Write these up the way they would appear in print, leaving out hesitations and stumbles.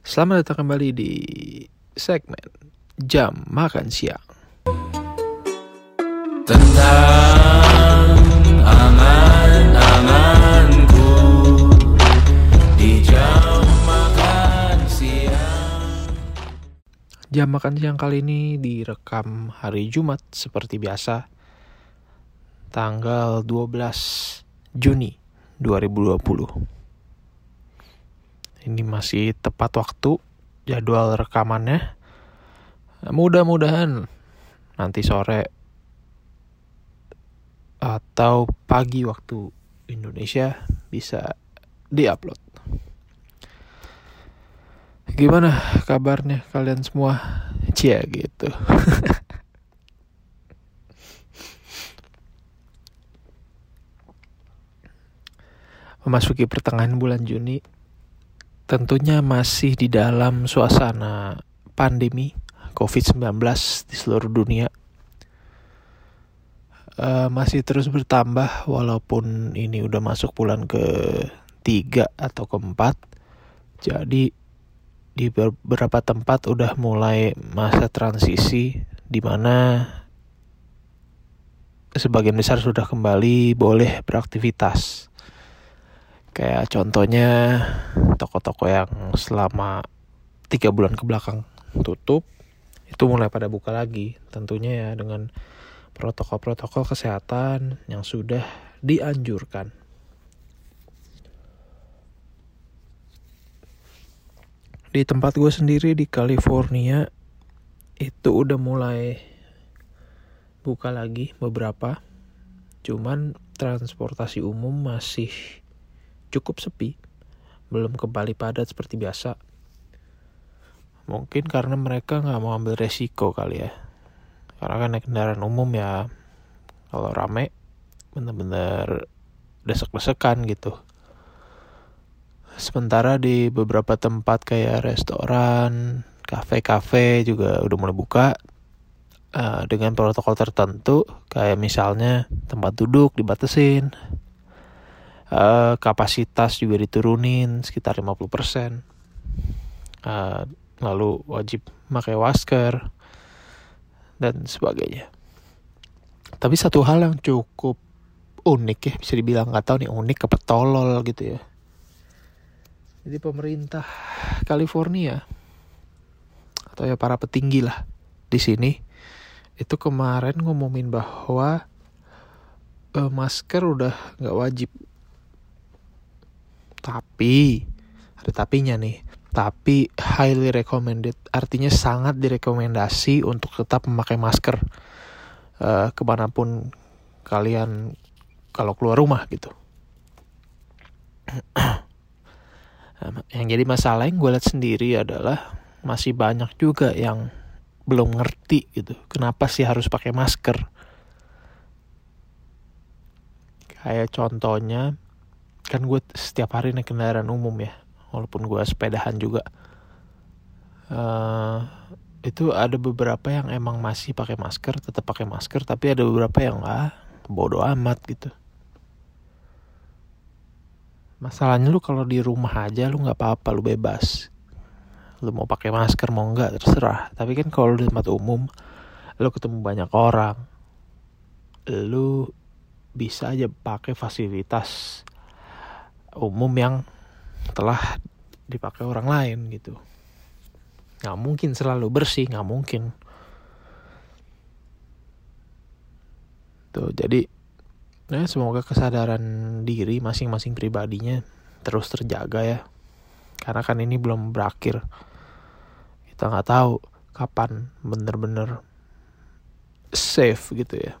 Selamat datang kembali di segmen Jam Makan Siang. Tentang aman-amanku di jam makan siang. Jam Makan Siang kali ini direkam hari Jumat seperti biasa, tanggal 12 Juni 2020. Ini masih tepat waktu jadwal rekamannya. Mudah-mudahan nanti sore atau pagi waktu Indonesia bisa diupload. Gimana kabarnya kalian semua? Cia gitu. Memasuki pertengahan bulan Juni, tentunya masih di dalam suasana pandemi COVID-19 di seluruh dunia. Masih terus bertambah walaupun ini udah masuk bulan ke-3 atau ke-4. Jadi di beberapa tempat udah mulai masa transisi di mana sebagian besar sudah kembali boleh beraktivitas. Kayak contohnya toko-toko yang selama 3 bulan kebelakang tutup, itu mulai pada buka lagi. Tentunya ya dengan protokol-protokol kesehatan yang sudah dianjurkan. Di tempat gue sendiri di California, itu udah mulai buka lagi beberapa. Cuman transportasi umum masih cukup sepi, belum kembali padat seperti biasa. Mungkin karena mereka gak mau ambil resiko kali ya. Karena kan naik kendaraan umum ya, kalau rame bener-bener desek-desekan gitu. Sementara di beberapa tempat kayak restoran, kafe-kafe juga udah mulai buka dengan protokol tertentu. Kayak misalnya tempat duduk dibatasin, kapasitas juga diturunin sekitar 50%. Lalu wajib pakai masker dan sebagainya. Tapi satu hal yang cukup unik ya, bisa dibilang, nggak tahu nih unik apa tolol gitu ya. Jadi pemerintah California atau ya para petinggi lah di sini itu kemarin ngumumin bahwa masker udah nggak wajib. Tapi ada tapinya nih. Tapi highly recommended, artinya sangat direkomendasi untuk tetap memakai masker kemanapun kalian kalau keluar rumah gitu. Yang jadi masalah yang gue lihat sendiri adalah masih banyak juga yang belum ngerti gitu. Kenapa sih harus pakai masker? Kayak contohnya, kan gue setiap hari naik kendaraan umum ya, walaupun gue sepedahan juga. Itu ada beberapa yang emang masih pakai masker, tetap pakai masker, tapi ada beberapa yang bodo amat gitu. Masalahnya lu kalau di rumah aja lu nggak apa-apa, lu bebas. Lu mau pakai masker mau nggak terserah. Tapi kan kalau di tempat umum, lu ketemu banyak orang, lu bisa aja pakai fasilitas umum yang telah dipakai orang lain gitu. Nggak mungkin selalu bersih, nggak mungkin. Tuh, jadi semoga kesadaran diri masing-masing pribadinya terus terjaga ya. Karena kan ini belum berakhir. Kita nggak tahu kapan bener-bener safe gitu ya.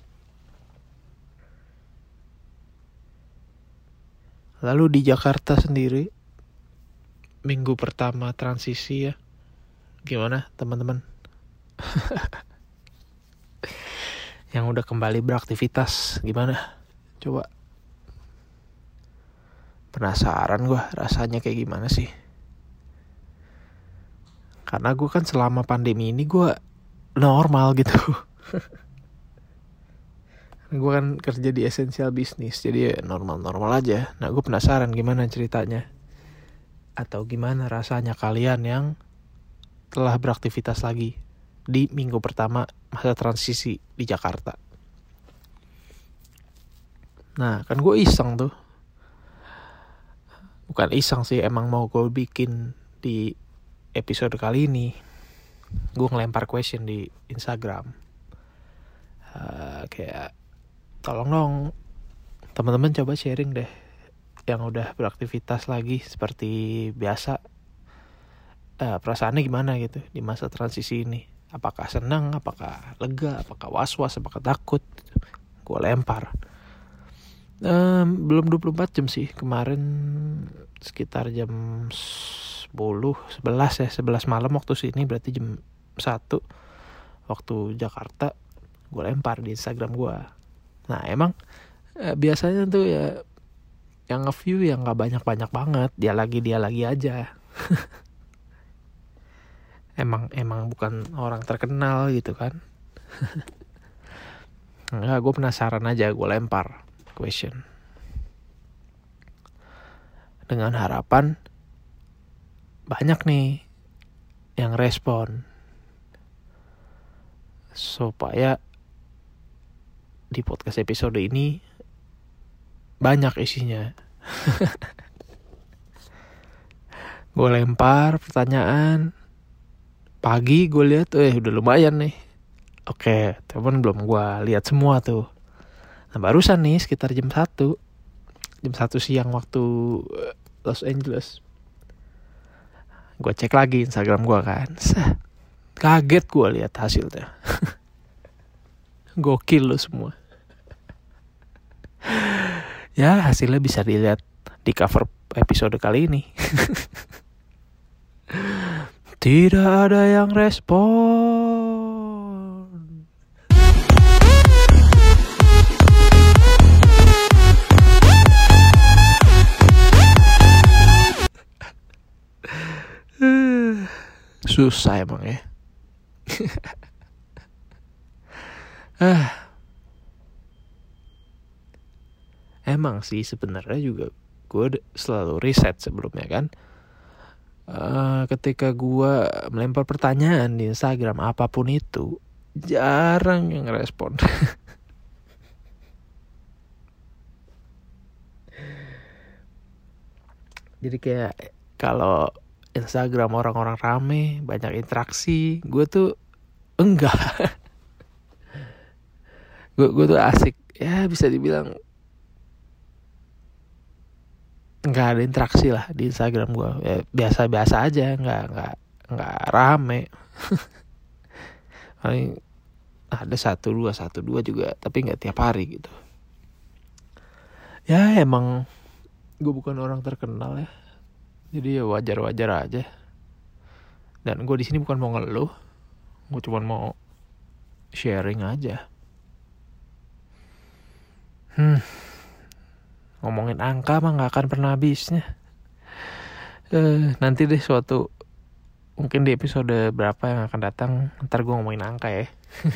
Lalu di Jakarta sendiri, minggu pertama transisi ya, gimana teman-teman? Yang udah kembali beraktivitas, gimana? Coba. Penasaran gue rasanya kayak gimana sih. Karena gue kan selama pandemi ini gue normal gitu. Gue kan kerja di essential business, jadi ya normal-normal aja. Nah gue penasaran gimana ceritanya atau gimana rasanya kalian yang telah beraktivitas lagi di minggu pertama masa transisi di Jakarta. Nah, kan gue iseng tuh. Bukan iseng sih, emang mau gue bikin di episode kali ini. Gue ngelempar question di Instagram. Kayak, tolong dong, teman-teman coba sharing deh. Yang udah beraktivitas lagi seperti biasa. Perasaannya gimana gitu di masa transisi ini. Apakah senang, apakah lega, apakah was-was, apakah takut. Gue lempar. Belum 24 jam sih. Kemarin sekitar jam 11 malam waktu sini, berarti jam 1 waktu Jakarta, gue lempar di Instagram gue. Nah emang biasanya tuh ya yang nge-view yang gak banyak-banyak banget, dia lagi aja. emang bukan orang terkenal gitu kan. Enggak, gue penasaran aja, gue lempar question dengan harapan banyak nih yang respon supaya di podcast episode ini banyak isinya. Gue lempar pertanyaan pagi, gue lihat udah lumayan nih. Oke, temen belum gue lihat semua tuh. Nah barusan nih sekitar jam 1 siang waktu Los Angeles, gue cek lagi Instagram gue kan. Kaget gue lihat hasilnya. Gokil lo semua. Ya hasilnya bisa dilihat di cover episode kali ini. Tidak ada yang respon. Susah emang ya. Emang sih sebenarnya juga gue selalu riset sebelumnya kan. Ketika gue melempar pertanyaan di Instagram apapun itu, jarang yang respon. Jadi kayak kalau Instagram orang-orang rame, banyak interaksi, gue tuh enggak. Gue tuh asik, ya bisa dibilang nggak ada interaksi lah di Instagram gue. Ya, biasa-biasa aja, nggak rame. Paling ada 1-2 juga, tapi nggak tiap hari gitu. Ya emang gue bukan orang terkenal ya. Jadi ya wajar-wajar aja. Dan gue di sini bukan mau ngeluh, gue cuma mau sharing aja. Ngomongin angka mah gak akan pernah habisnya. Nanti deh mungkin di episode berapa yang akan datang, ntar gue ngomongin angka ya.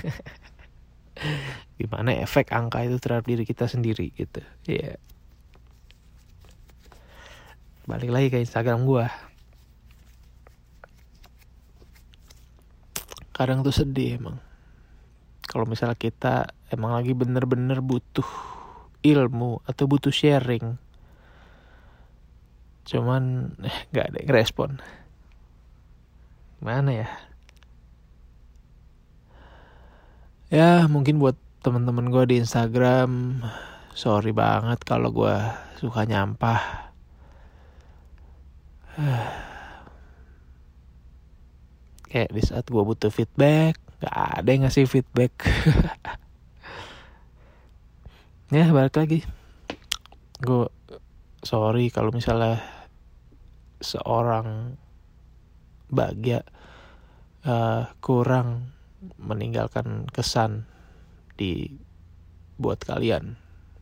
Gimana efek angka itu terhadap diri kita sendiri gitu. Iya. Balik lagi ke Instagram gue. Kadang tuh sedih emang. Kalau misalnya kita emang lagi bener-bener butuh ilmu atau butuh sharing, cuman gak ada yang respon. Gimana ya? Ya mungkin buat teman-teman gue di Instagram, sorry banget kalau gue suka nyampah. Kayak di saat gue butuh feedback, gak ada yang ngasih feedback. Ya balik lagi, gue sorry kalau misalnya seorang Bagja kurang meninggalkan kesan buat kalian.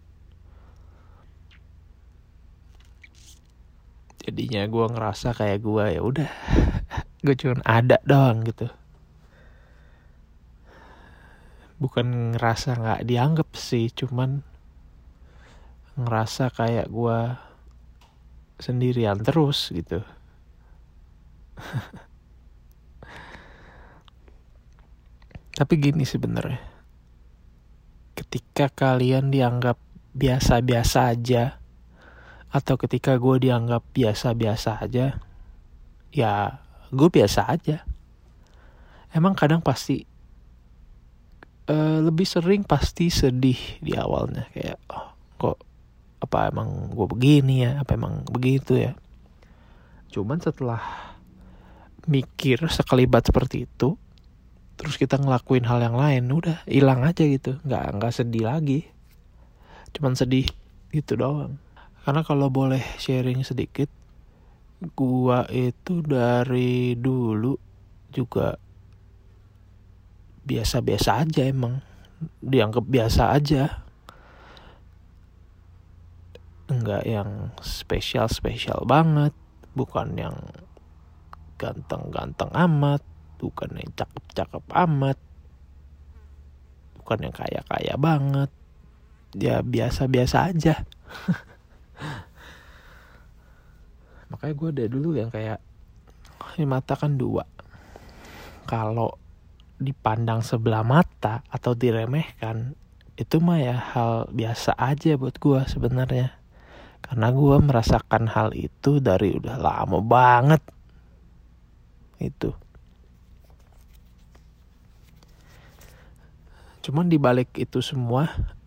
Jadinya gue ngerasa kayak gue ya udah, gue cuma ada doang gitu. Bukan ngerasa nggak dianggap sih, cuman ngerasa kayak gue sendirian terus gitu. Tapi gini sebenarnya, ketika kalian dianggap biasa-biasa aja, atau ketika gue dianggap biasa-biasa aja, ya gue biasa aja. Emang kadang pasti lebih sering pasti sedih di awalnya, kayak kok apa emang gue begini ya, apa emang begitu ya. Cuman setelah mikir sekelibat seperti itu, terus kita ngelakuin hal yang lain, udah hilang aja gitu, nggak sedih lagi, cuman sedih gitu doang. Karena kalau boleh sharing sedikit, gua itu dari dulu juga biasa-biasa aja, emang dianggap biasa aja, enggak yang spesial banget, bukan yang ganteng amat, bukan yang cakep amat, bukan yang kaya banget, ya biasa-biasa aja. Makanya gue dari dulu yang kayak mata kan dua, kalau dipandang sebelah mata atau diremehkan, itu mah ya hal biasa aja buat gue sebenarnya. Karena gue merasakan hal itu dari udah lama banget. Itu. Cuman dibalik itu semua,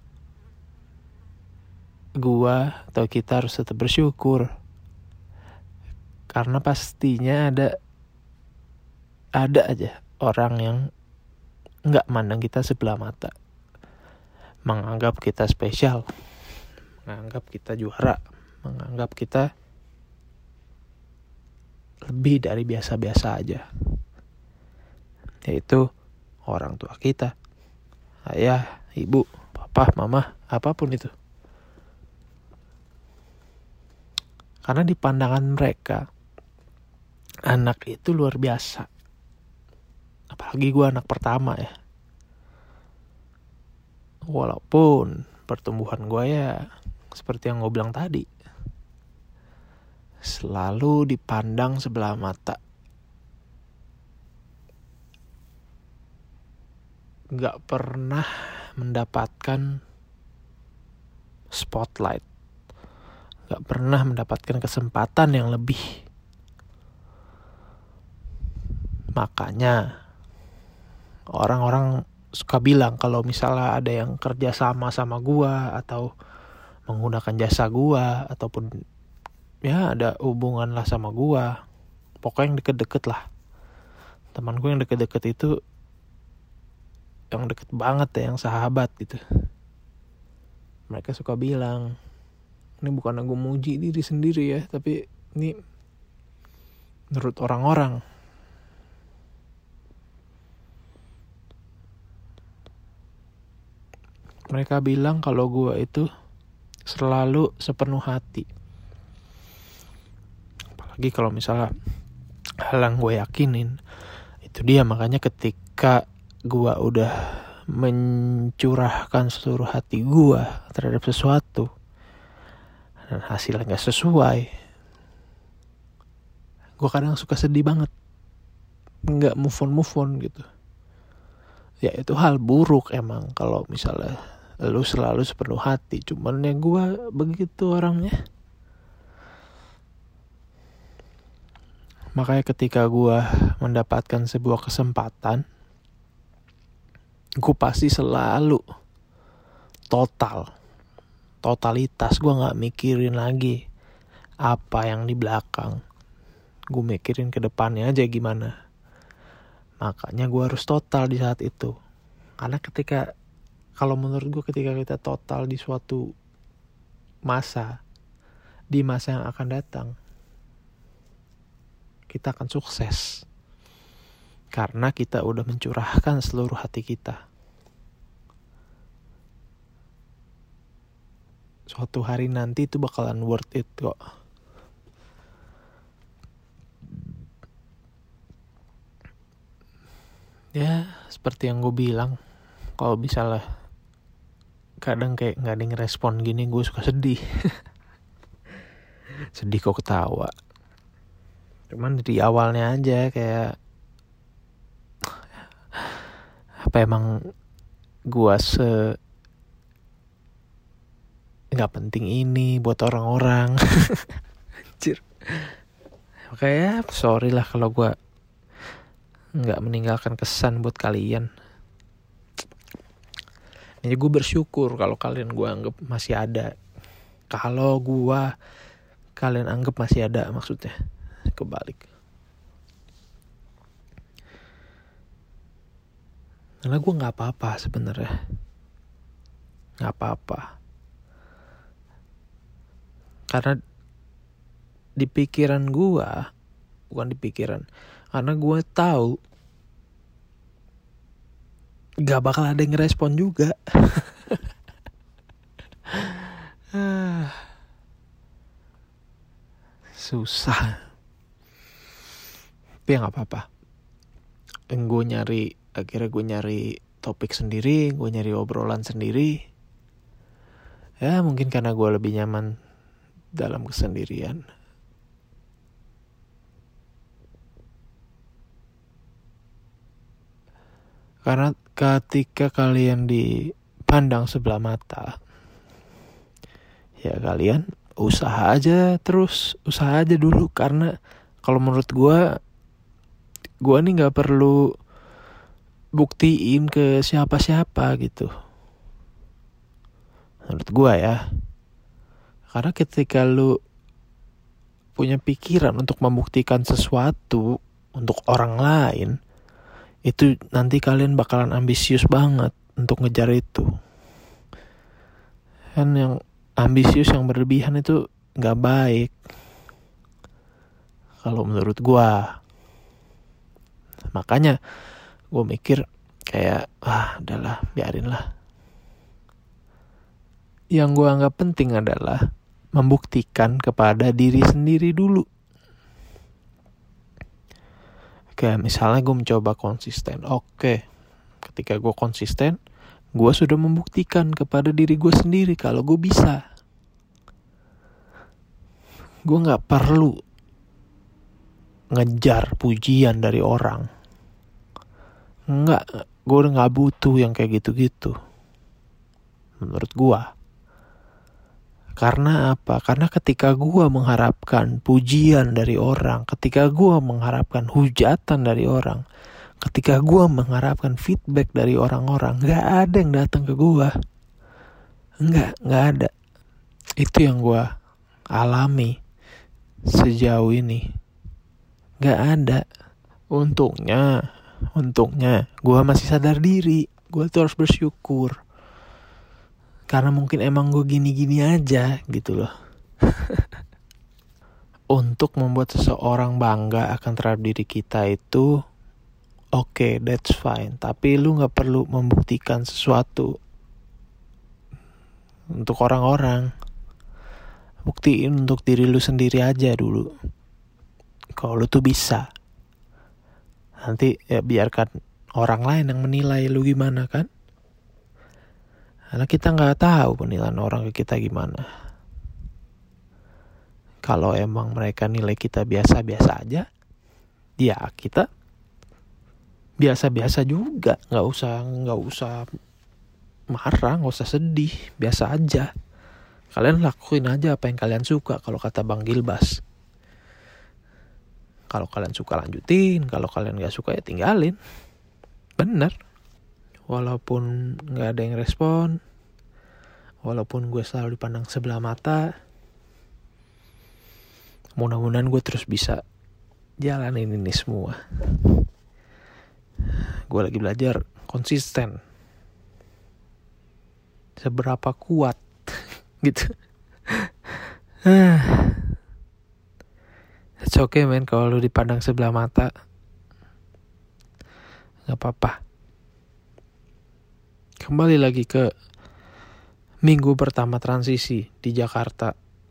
gue atau kita harus tetap bersyukur. Karena pastinya ada aja orang yang nggak mandang kita sebelah mata, menganggap kita spesial, menganggap kita juara, menganggap kita lebih dari biasa-biasa aja. Yaitu orang tua kita, ayah, ibu, papa, mama, apapun itu. Karena di pandangan mereka, anak itu luar biasa. Apalagi gue anak pertama ya. Walaupun pertumbuhan gue ya seperti yang gue bilang tadi, selalu dipandang sebelah mata. Gak pernah mendapatkan spotlight. Gak pernah mendapatkan kesempatan yang lebih. Makanya orang-orang suka bilang kalau misalnya ada yang kerja sama gua atau menggunakan jasa gua ataupun ya ada hubungan lah sama gua, pokoknya yang deket-deket lah, teman gue yang deket-deket itu, yang deket banget ya, yang sahabat gitu, mereka suka bilang, ini bukan aku muji diri sendiri ya, tapi ini menurut orang-orang. Mereka bilang kalau gue itu selalu sepenuh hati. Apalagi kalau misalnya hal yang gue yakinin, itu dia. Makanya ketika gue udah mencurahkan seluruh hati gue terhadap sesuatu, dan hasilnya gak sesuai, gue kadang suka sedih banget, gak move on gitu. Ya itu hal buruk emang kalau misalnya lu selalu sepenuh hati. Cuman ya gue begitu orangnya. Makanya ketika gue mendapatkan sebuah kesempatan, gue pasti selalu totalitas. Gue gak mikirin lagi apa yang di belakang, gue mikirin ke depannya aja gimana. Makanya gue harus total di saat itu. Karena kalau menurut gue ketika kita total di suatu masa, di masa yang akan datang, kita akan sukses. Karena kita udah mencurahkan seluruh hati kita. Suatu hari nanti itu bakalan worth it kok. Ya, seperti yang gue bilang, kalau misalnya kadang kayak gak ada yang respon gini, gue suka sedih. Sedih kok ketawa. Cuman di awalnya aja kayak apa emang gua nggak penting ini buat orang-orang. Anjir. Kayak sorry lah kalau gua nggak meninggalkan kesan buat kalian. Jadi gue bersyukur kalau kalian gue anggap masih ada. Kalau kalian anggap masih ada, maksudnya kebalik. Karena gue nggak apa-apa sebenarnya, nggak apa-apa. Karena di pikiran gue, bukan di pikiran, karena gue tahu gak bakal ada yang ngerespon juga. Susah. Tapi ya gak apa-apa. Akhirnya gue nyari topik sendiri, gue nyari obrolan sendiri. Ya mungkin karena gue lebih nyaman dalam kesendirian. Karena ketika kalian dipandang sebelah mata, ya kalian usaha aja dulu. Karena kalau menurut gue nih gak perlu buktiin ke siapa-siapa gitu. Menurut gue ya. Karena ketika lu punya pikiran untuk membuktikan sesuatu untuk orang lain, itu nanti kalian bakalan ambisius banget untuk ngejar itu. Kan yang ambisius yang berlebihan itu gak baik. Kalau menurut gua. Makanya gua mikir kayak, udahlah, biarin lah. Yang gua anggap penting adalah membuktikan kepada diri sendiri dulu. Kayak misalnya gue mencoba konsisten. Oke. Ketika gue konsisten, gue sudah membuktikan kepada diri gue sendiri kalau gue bisa. Gue gak perlu ngejar pujian dari orang. Enggak, gue udah gak butuh yang kayak gitu-gitu. Menurut gue. Karena apa? Karena ketika gue mengharapkan pujian dari orang, ketika gue mengharapkan hujatan dari orang, ketika gue mengharapkan feedback dari orang-orang, gak ada yang datang ke gue. Gak ada. Itu yang gue alami sejauh ini. Gak ada. Untungnya gue masih sadar diri. Gue tuh harus bersyukur. Karena mungkin emang gue gini-gini aja gitu loh. Untuk membuat seseorang bangga akan terhadap diri kita itu oke, that's fine. Tapi lu gak perlu membuktikan sesuatu untuk orang-orang. Buktiin untuk diri lu sendiri aja dulu. Kalau lu tuh bisa. Nanti ya biarkan orang lain yang menilai lu gimana kan. Karena kita gak tahu penilaian orang ke kita gimana. Kalau emang mereka nilai kita biasa-biasa aja, ya kita biasa-biasa juga. Gak usah marah, gak usah sedih, biasa aja. Kalian lakuin aja apa yang kalian suka, kalau kata Bang Gilbas. Kalau kalian suka lanjutin, kalau kalian gak suka ya tinggalin. Bener. Walaupun gak ada yang respon, walaupun gue selalu dipandang sebelah mata, mudah-mudahan gue terus bisa jalanin ini semua. Gue lagi belajar konsisten. Seberapa kuat gitu. It's okay man, kalau lu dipandang sebelah mata gak apa-apa. Kembali lagi ke minggu pertama transisi di Jakarta.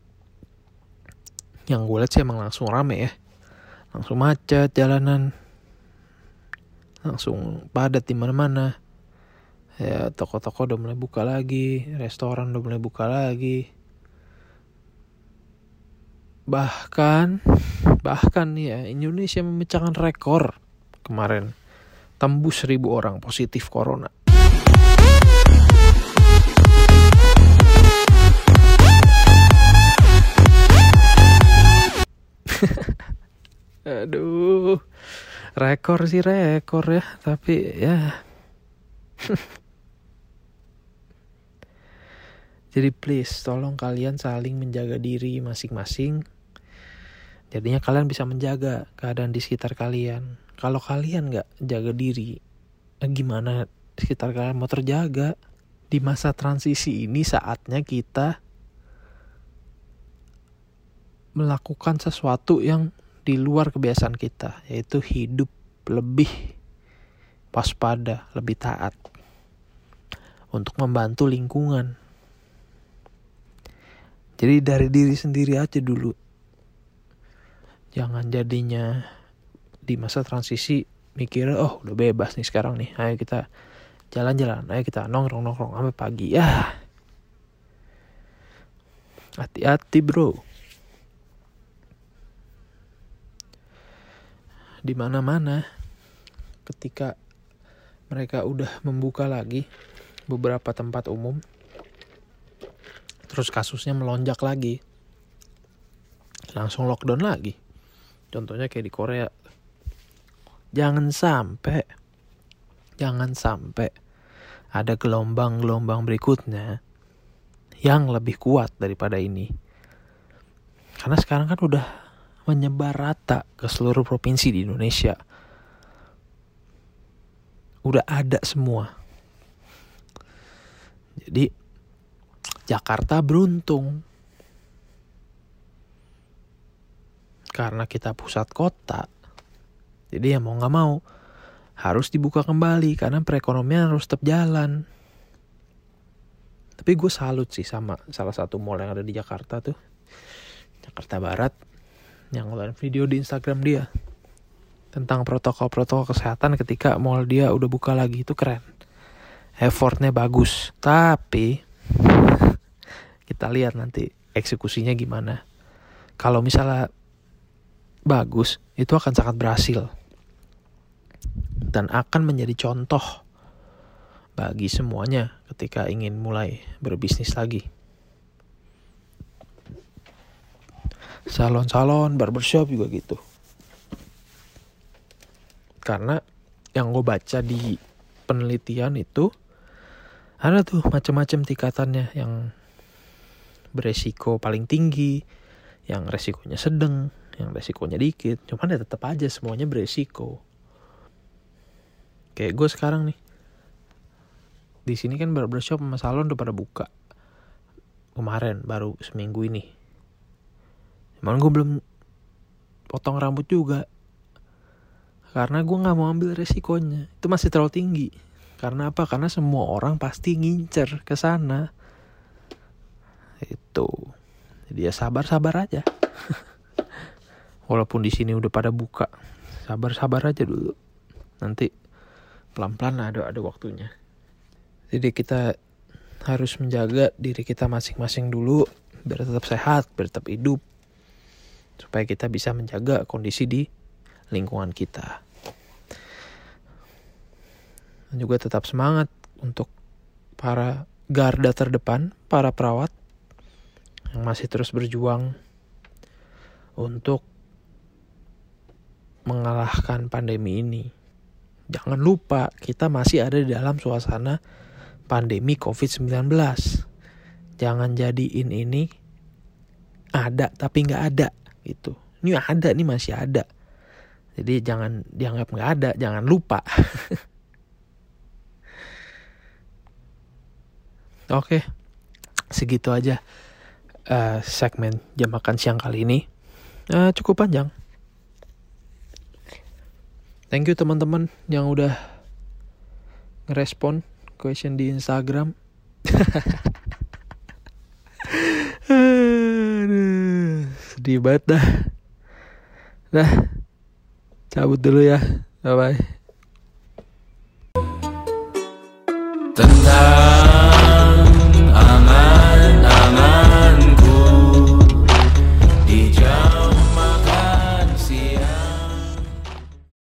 Yang gue lihat sih emang langsung rame ya. Langsung macet jalanan. Langsung padat di mana-mana. Ya toko-toko udah mulai buka lagi, restoran udah mulai buka lagi. Bahkan nih ya, Indonesia memecahkan rekor kemarin, tembus 1.000 orang positif corona. Aduh, rekor sih rekor ya, tapi ya. Jadi please, tolong kalian saling menjaga diri masing-masing. Jadinya kalian bisa menjaga keadaan di sekitar kalian. Kalau kalian gak jaga diri, gimana sekitar kalian mau terjaga? Di masa transisi ini saatnya kita melakukan sesuatu yang di luar kebiasaan kita, yaitu hidup lebih waspada, lebih taat untuk membantu lingkungan. Jadi dari diri sendiri aja dulu. Jangan jadinya di masa transisi mikir, oh udah bebas nih sekarang nih, ayo kita jalan-jalan, ayo kita nongkrong sampai pagi. Ya, hati-hati bro. Di mana-mana ketika mereka udah membuka lagi beberapa tempat umum, terus kasusnya melonjak lagi, langsung lockdown lagi. Contohnya kayak di Korea. Jangan sampai ada gelombang-gelombang berikutnya yang lebih kuat daripada ini. Karena sekarang kan udah menyebar rata ke seluruh provinsi di Indonesia. Udah ada semua. Jadi Jakarta beruntung. Karena kita pusat kota, jadi ya mau gak mau harus dibuka kembali karena perekonomian harus tetap jalan. Tapi gue salut sih sama salah satu mall yang ada di Jakarta tuh, Jakarta Barat, yang ngeluarin video di Instagram dia tentang protokol-protokol kesehatan ketika mall dia udah buka lagi. Itu keren, effortnya bagus. Tapi kita lihat nanti eksekusinya gimana. Kalau misalnya bagus, itu akan sangat berhasil dan akan menjadi contoh bagi semuanya ketika ingin mulai berbisnis lagi. Salon-salon, barbershop juga gitu. Karena yang gue baca di penelitian itu ada tuh macam-macam tingkatannya, yang beresiko paling tinggi, yang resikonya sedang, yang resikonya dikit. Cuman ya tetap aja semuanya beresiko. Kayak gue sekarang nih, di sini kan barbershop sama salon udah pada buka kemarin, baru seminggu ini. Cuman gue belum potong rambut juga karena gue nggak mau ambil resikonya, itu masih terlalu tinggi. Karena apa? Karena semua orang pasti ngincer ke sana. Itu. Jadi ya sabar-sabar aja. Walaupun di sini udah pada buka, sabar-sabar aja dulu. Nanti pelan-pelan ada waktunya. Jadi kita harus menjaga diri kita masing-masing dulu biar tetap sehat, biar tetap hidup, supaya kita bisa menjaga kondisi di lingkungan kita. Dan juga tetap semangat untuk para garda terdepan, para perawat yang masih terus berjuang untuk mengalahkan pandemi ini. Jangan lupa kita masih ada di dalam suasana pandemi COVID-19. Jangan jadiin ini ada tapi gak ada gitu. Ini ada nih, masih ada. Jadi jangan dianggap gak ada, jangan lupa. Oke, segitu aja segmen jam makan siang kali ini. Cukup panjang. Thank you teman-teman yang udah ngerespon question di Instagram. Sedih banget dah. Dah, cabut dulu ya. Bye-bye. Tentang